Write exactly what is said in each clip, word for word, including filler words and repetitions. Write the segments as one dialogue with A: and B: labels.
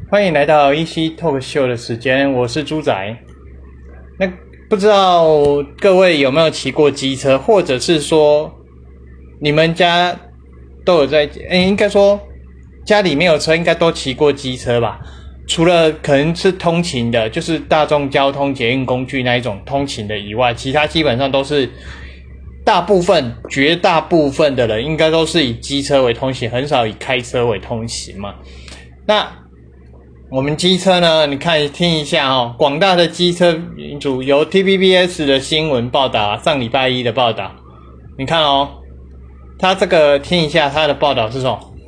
A: 欢迎来到 E C Talk Show 的时间，我是猪仔。那不知道各位有没有骑过机车，或者是说你们家都有在，诶应该说家里没有车，应该都骑过机车吧？除了可能是通勤的，就是大众交通捷运工具那一种通勤的以外，其他基本上都是大部分、绝大部分的人应该都是以机车为通行，很少以开车为通行嘛。那我们机车呢，你看听一下哦，广大的机车民主由 T V B S 的新闻报道，上礼拜一的报道，你看哦，他这个听一下他的报道是什么？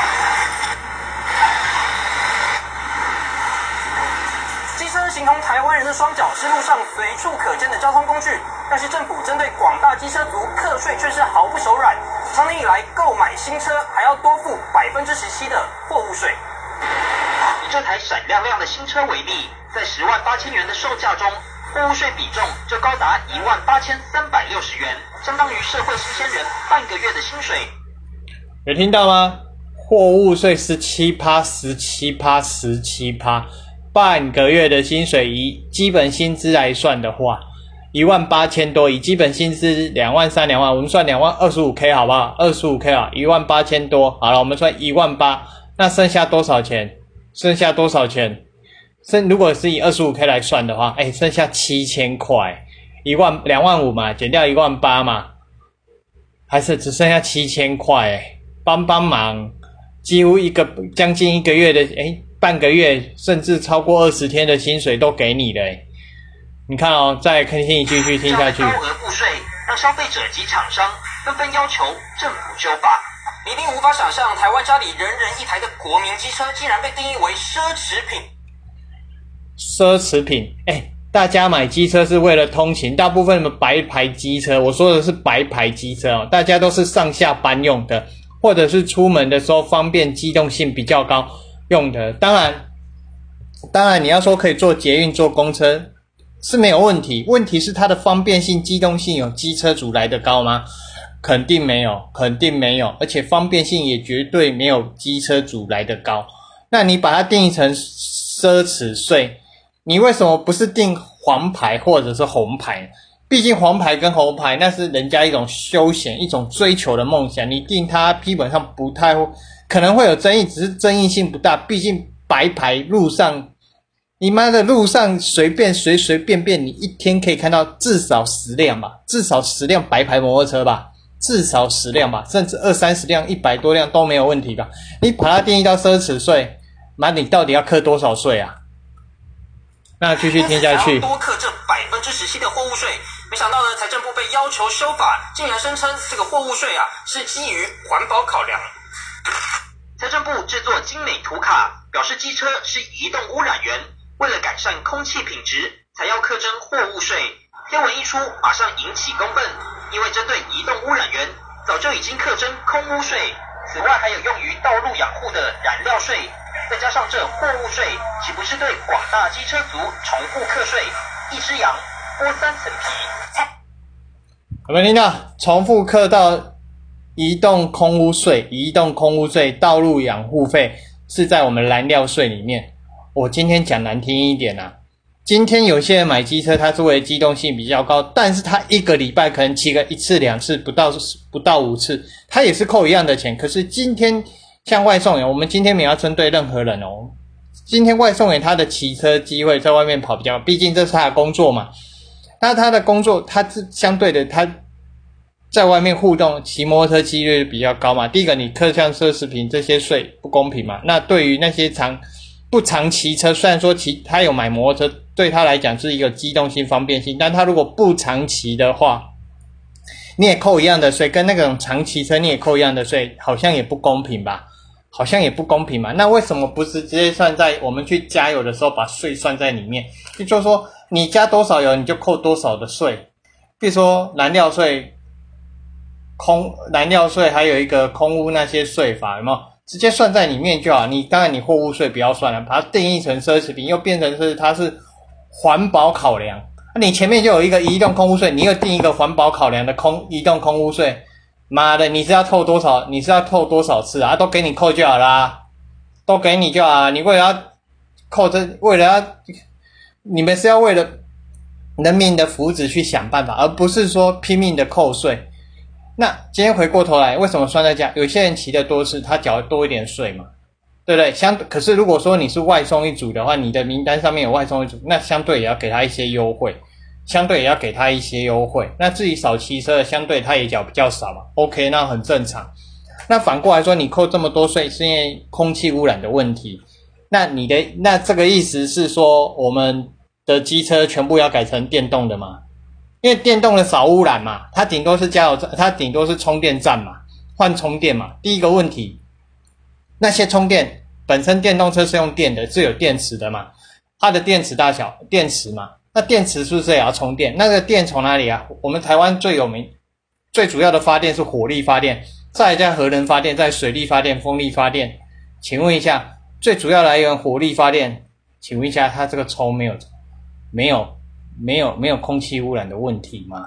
B: 机车形同台湾人的双脚，是路上随处可见的交通工具，但是政府针对广大机车族课税却是毫不手软，长年以来购买新车还要多付百分之十七的货物税。
C: 以这台闪亮亮的新车为例，在十万八千元的售价中，货物税比重就高达一万八千三百六十元，相当于社会新鲜人半个月的薪水。
A: 有听到吗？货物税 百分之十七 百分之十七 百分之十七 半个月的薪水，以基本薪资来算的话，一万八千多，以基本薪资两万三、两万，我们算两万二十五 K 好不好？二十五 K 啊，一万八千多，好了，我们算一万八，那剩下多少钱？剩下多少钱？剩如果是以 二十五 K 来算的话，哎，剩下七千块，一万两万五嘛，减掉一万八嘛，还是只剩下七千块，哎，帮帮忙，几乎一个将近一个月的，哎，半个月甚至超过二十天的薪水都给你了，哎，你看哦，再听你继续听下去。
C: 高额赋税让消费者及厂商纷纷要求政府修法。
B: 你一定无法想象，台湾家里人人一台的国民机车，竟然被定义为奢侈品。
A: 奢侈品，哎，大家买机车是为了通勤，大部分的白牌机车，我说的是白牌机车哦，大家都是上下班用的，或者是出门的时候方便、机动性比较高用的。当然，当然你要说可以坐捷运、坐公车是没有问题，问题是它的方便性、机动性有机车族来得高吗？肯定没有，肯定没有，而且方便性也绝对没有机车族来得高。那你把它定义成奢侈税，你为什么不是定黄牌或者是红牌？毕竟黄牌跟红牌那是人家一种休闲、一种追求的梦想，你定它基本上不太可能会有争议，只是争议性不大。毕竟白牌路上，你妈的路上随便随随便便，你一天可以看到至少十辆吧，至少十辆白牌摩托车吧。至少十辆吧，甚至二三十辆、一百多辆都没有问题吧？你把它定义到奢侈税，妈，你到底要课多少税啊？那继续听下去。
B: 多课这百分之十七的货物税，没想到呢，财政部被要求修法，竟然声称这个货物税啊是基于环保考量。
C: 财政部制作精美图卡，表示机车是移动污染源，为了改善空气品质，才要课征货物税。贴文一出，马上引起公愤。因为针对移动污染源，早就已经课征空污税，此外还有用于道路养护的燃料税，再加上这货物税，岂不是对广大机车族重复课税？一只羊剥三层皮。
A: 有没有听到？重复课到移动空污税、移动空污税、道路养护费是在我们燃料税里面。我今天讲难听一点啊。今天有些人买机车，他是为了机动性比较高，但是他一个礼拜可能骑个一次两次，不到不到五次，他也是扣一样的钱。可是今天像外送员，我们今天没有要针对任何人哦。今天外送员他的骑车机会在外面跑比较，毕竟这是他的工作嘛。那他的工作，他是相对的，他在外面互动，骑摩托车几率比较高嘛。第一个，你课像奢侈品这些税不公平嘛。那对于那些常不常骑车，虽然说骑他有买摩托车，对他来讲是一个机动性方便性，但他如果不常骑的话，你也扣一样的税，跟那种常骑车你也扣一样的税，好像也不公平吧？好像也不公平嘛。那为什么不是直接算在我们去加油的时候把税算在里面？也就是说你加多少油你就扣多少的税，比如说燃料税、空燃料税还有一个空污那些税法，有没有？直接算在里面就好。你当然你货物税不要算了，把它定义成奢侈品，又变成是它是环保考量。你前面就有一个移动空污税，你又定一个环保考量的空移动空污税，妈的，你是要扣多少？你是要扣多少次啊？都给你扣就好啦，都给你就好啦。你为了要扣这为了要你们是要为了人民的福祉去想办法，而不是说拼命的扣税。那今天回过头来，为什么算在家？有些人骑得多是他缴多一点税嘛，对不对？相可是如果说你是外送一族的话，你的名单上面有外送一族，那相对也要给他一些优惠，相对也要给他一些优惠。那自己少骑车的，相对他也缴比较少嘛 ，OK， 那很正常。那反过来说，你扣这么多税是因为空气污染的问题，那你的那这个意思是说，我们的机车全部要改成电动的吗？因为电动的少污染嘛，它顶多是加油站，它顶多是充电站嘛，换充电嘛。第一个问题，那些充电本身电动车是用电的，是有电池的嘛，它的电池大小，电池嘛，那电池是不是也要充电？那个电从哪里啊？我们台湾最有名、最主要的发电是火力发电，再来在核能发电，在水力发电、风力发电。请问一下，最主要来源火力发电，请问一下，它这个抽没有没有？没有没有空气污染的问题吗？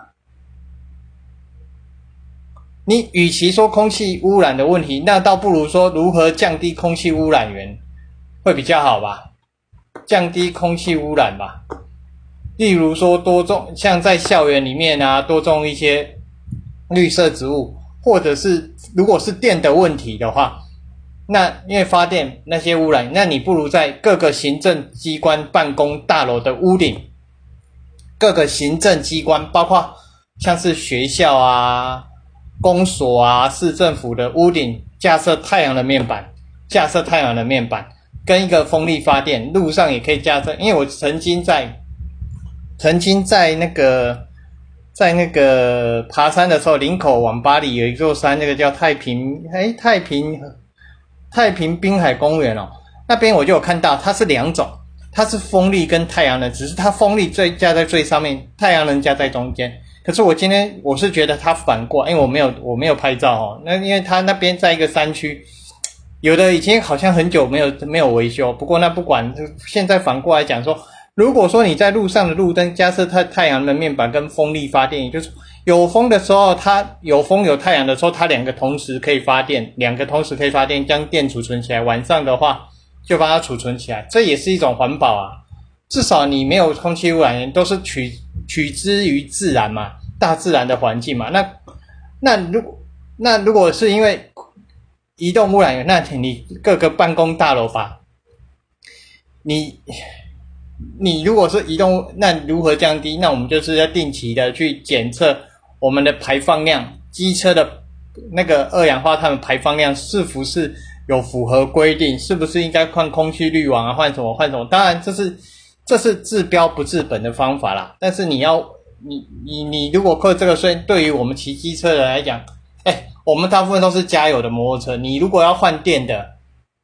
A: 你与其说空气污染的问题，那倒不如说如何降低空气污染源会比较好吧？降低空气污染吧。例如说多种，像在校园里面啊，多种一些绿色植物，或者是如果是电的问题的话，那因为发电那些污染，那你不如在各个行政机关办公大楼的屋顶，各个行政机关，包括像是学校啊、公所啊、市政府的屋顶架设太阳能面板，架设太阳能面板，跟一个风力发电，路上也可以架设。因为我曾经在曾经在那个在那个爬山的时候，林口往巴黎有一座山，那个叫太平哎太平太平滨海公园哦，那边我就有看到，它是两种。它是风力跟太阳能，只是它风力最加在最上面，太阳能加在中间。可是我今天我是觉得它反过，因为我没有我没有拍照哦。那因为它那边在一个山区，有的已经好像很久没有没有维修。不过那不管，现在反过来讲说，如果说你在路上的路灯加设太太阳能面板跟风力发电，也就是有风的时候，它有风有太阳的时候，它两个同时可以发电，两个同时可以发电，将电储存起来。晚上的话，就把它储存起来，这也是一种环保啊。至少你没有空气污染，都是取取之于自然嘛，大自然的环境嘛。那那如果那如果是因为移动污染源，那你各个办公大楼吧，你你如果是移动，那如何降低？那我们就是要定期的去检测我们的排放量，机车的那个二氧化碳的排放量是不是有符合规定，是不是应该换空气滤网啊，换什么换什么？当然这是这是治标不治本的方法啦。但是你要你你你如果扣这个税，对于我们骑机车的来讲，哎，我们大部分都是加油的摩托车，你如果要换电的，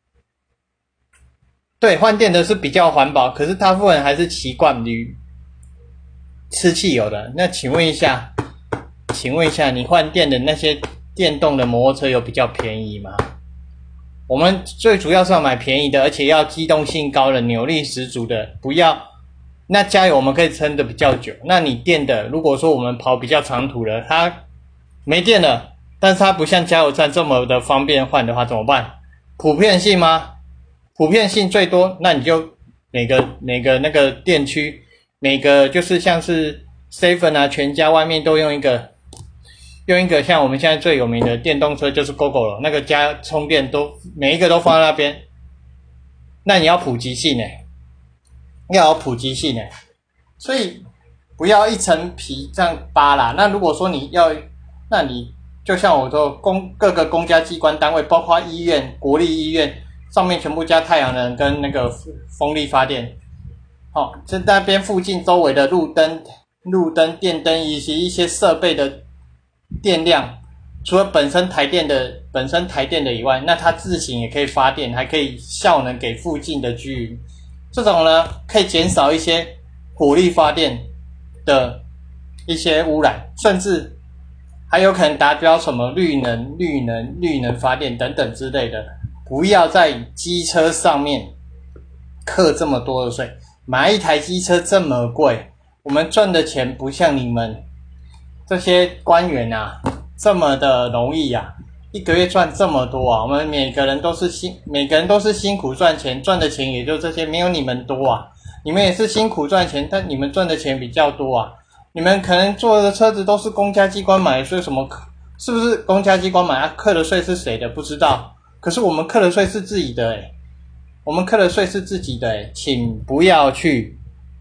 A: 对，换电的是比较环保，可是大部分人还是习惯于吃汽油的。那请问一下，请问一下，你换电的那些电动的摩托车有比较便宜吗？我们最主要是要买便宜的，而且要机动性高的、扭力十足的，不要那加油我们可以撑得比较久。那你电的，如果说我们跑比较长途的，它没电了，但是它不像加油站这么的方便换的话怎么办？普遍性吗？普遍性最多，那你就每个每个那个店区，每个就是像是 seven 啊、全家外面都用一个。用一个像我们现在最有名的电动车就是 Gogoro， 那个加充电都每一个都放在那边。那你要普及性呢，要有普及性呢，所以不要一层皮这样扒啦。那如果说你要，那你就像我说公各个公家机关单位，包括医院、国立医院上面全部加太阳能跟那个风力发电。好、哦，这那边附近周围的路灯、路灯、电灯以及一些设备的电量，除了本身台电的本身台电的以外，那它自行也可以发电，还可以效能给附近的居民。这种呢，可以减少一些火力发电的一些污染，甚至还有可能达标什么绿能、绿能、绿能发电等等之类的。不要在机车上面课这么多的税，买一台机车这么贵，我们赚的钱不像你们这些官员啊这么的容易啊， 一个月赚这么多啊！我们每个人都是辛，每个人都是辛苦赚钱，赚的钱也就这些，没有你们多啊。你们也是辛苦赚钱，但你们赚的钱比较多啊。你们可能坐的车子都是公家机关买，所以什么是不是公家机关买啊？课的税是谁的不知道，可是我们课的税是自己的诶，我们课的税是自己的诶，请不要去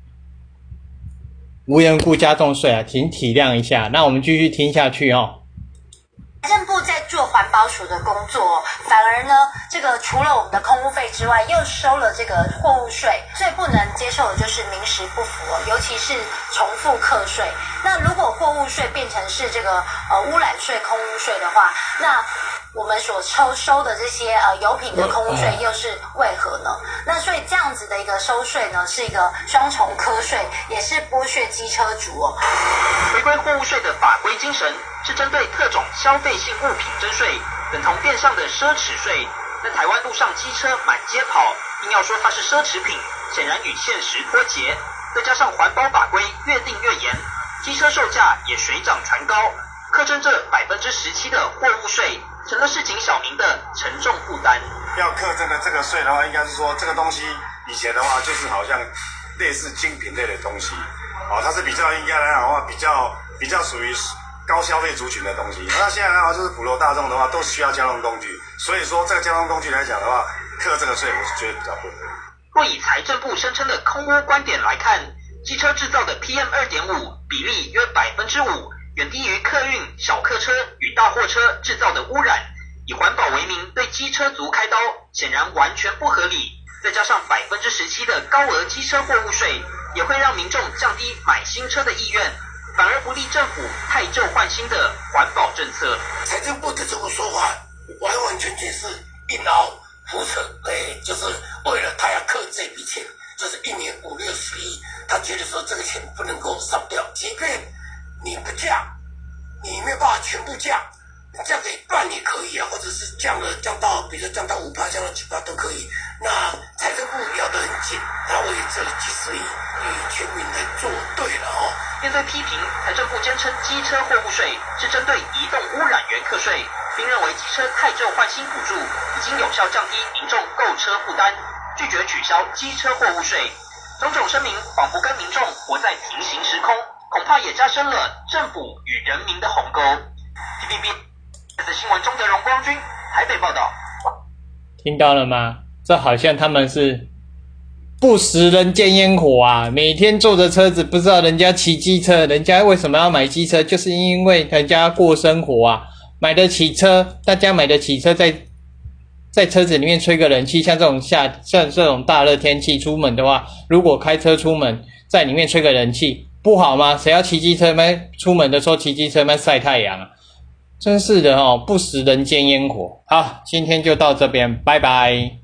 A: 无缘无故加重税啊，请体谅一下。那我们继续听下去哦。
D: 财政部在做环保署的工作，反而呢，这个除了我们的空污费之外，又收了这个货物税。最不能接受的就是名实不符，尤其是重复课税。那如果货物税变成是这个呃污染税、空污税的话，那我们所抽收的这些呃油品的空污税又是为何呢？那所以这样子的一个收税呢，是一个双重课税，也是剥削机车族哦。
C: 回归货物税的法规精神是针对特种消费性物品征税，等同变相的奢侈税。但台湾路上机车满街跑，硬要说它是奢侈品，显然与现实脱节。再加上环保法规越定越严，机车售价也水涨船高，课征这百分之十七的货物税，成了市井小民的沉重负担。
E: 要课征的这个税的话，应该是说这个东西以前的话就是好像类似精品类的东西，哦，它是比较应该来讲的话，比较比较属于高消费族群的东西。那现在的话，就是普罗大众的话都需要交通工具，所以说这个交通工具来讲的话，课这个税我是觉得比较不合理。
C: 若以财政部声称的空污观点来看，机车制造的 P M 二点五 比例约百分之五，远低于客运、小客车与大货车制造的污染。以环保为名对机车族开刀，显然完全不合理。再加上百分之十七的高额机车货物税，也会让民众降低买新车的意愿，反而不利政府汰旧换新的环保政策。
F: 财政部的这个说法，完完全全是硬凹胡扯，哎，就是为了他要扣这笔钱，就是一年五六十亿，他觉得说这个钱不能够少掉，即便你不降，你没有办法全部降，降个一半也可以啊，或者是降了降到，比如说降到五趴，降到七趴都可以。那财政部咬得很紧，他为这几十亿与全民来作对了哦。
C: 面对批评，财政部坚称机车货物税是针对移动污染源课税，并认为机车汰旧换新补助已经有效降低民众购车负担，拒绝取消机车货物税。种种声明仿佛跟民众活在平行时空，恐怕也加深了政府与人民的鸿沟。T V B 新闻中的荣光君台北报道。
A: 听到了吗？这好像他们是不食人间烟火啊！每天坐着车子，不知道人家骑机车，人家为什么要买机车？就是因为人家过生活啊，买得起车，大家买得起车，在在车子里面吹个冷气，像这种夏像这种大热天气出门的话，如果开车出门，在里面吹个冷气，不好吗？谁要骑机车吗？出门的时候骑机车吗？晒太阳啊！真是的哦，不食人间烟火。好，今天就到这边，拜拜。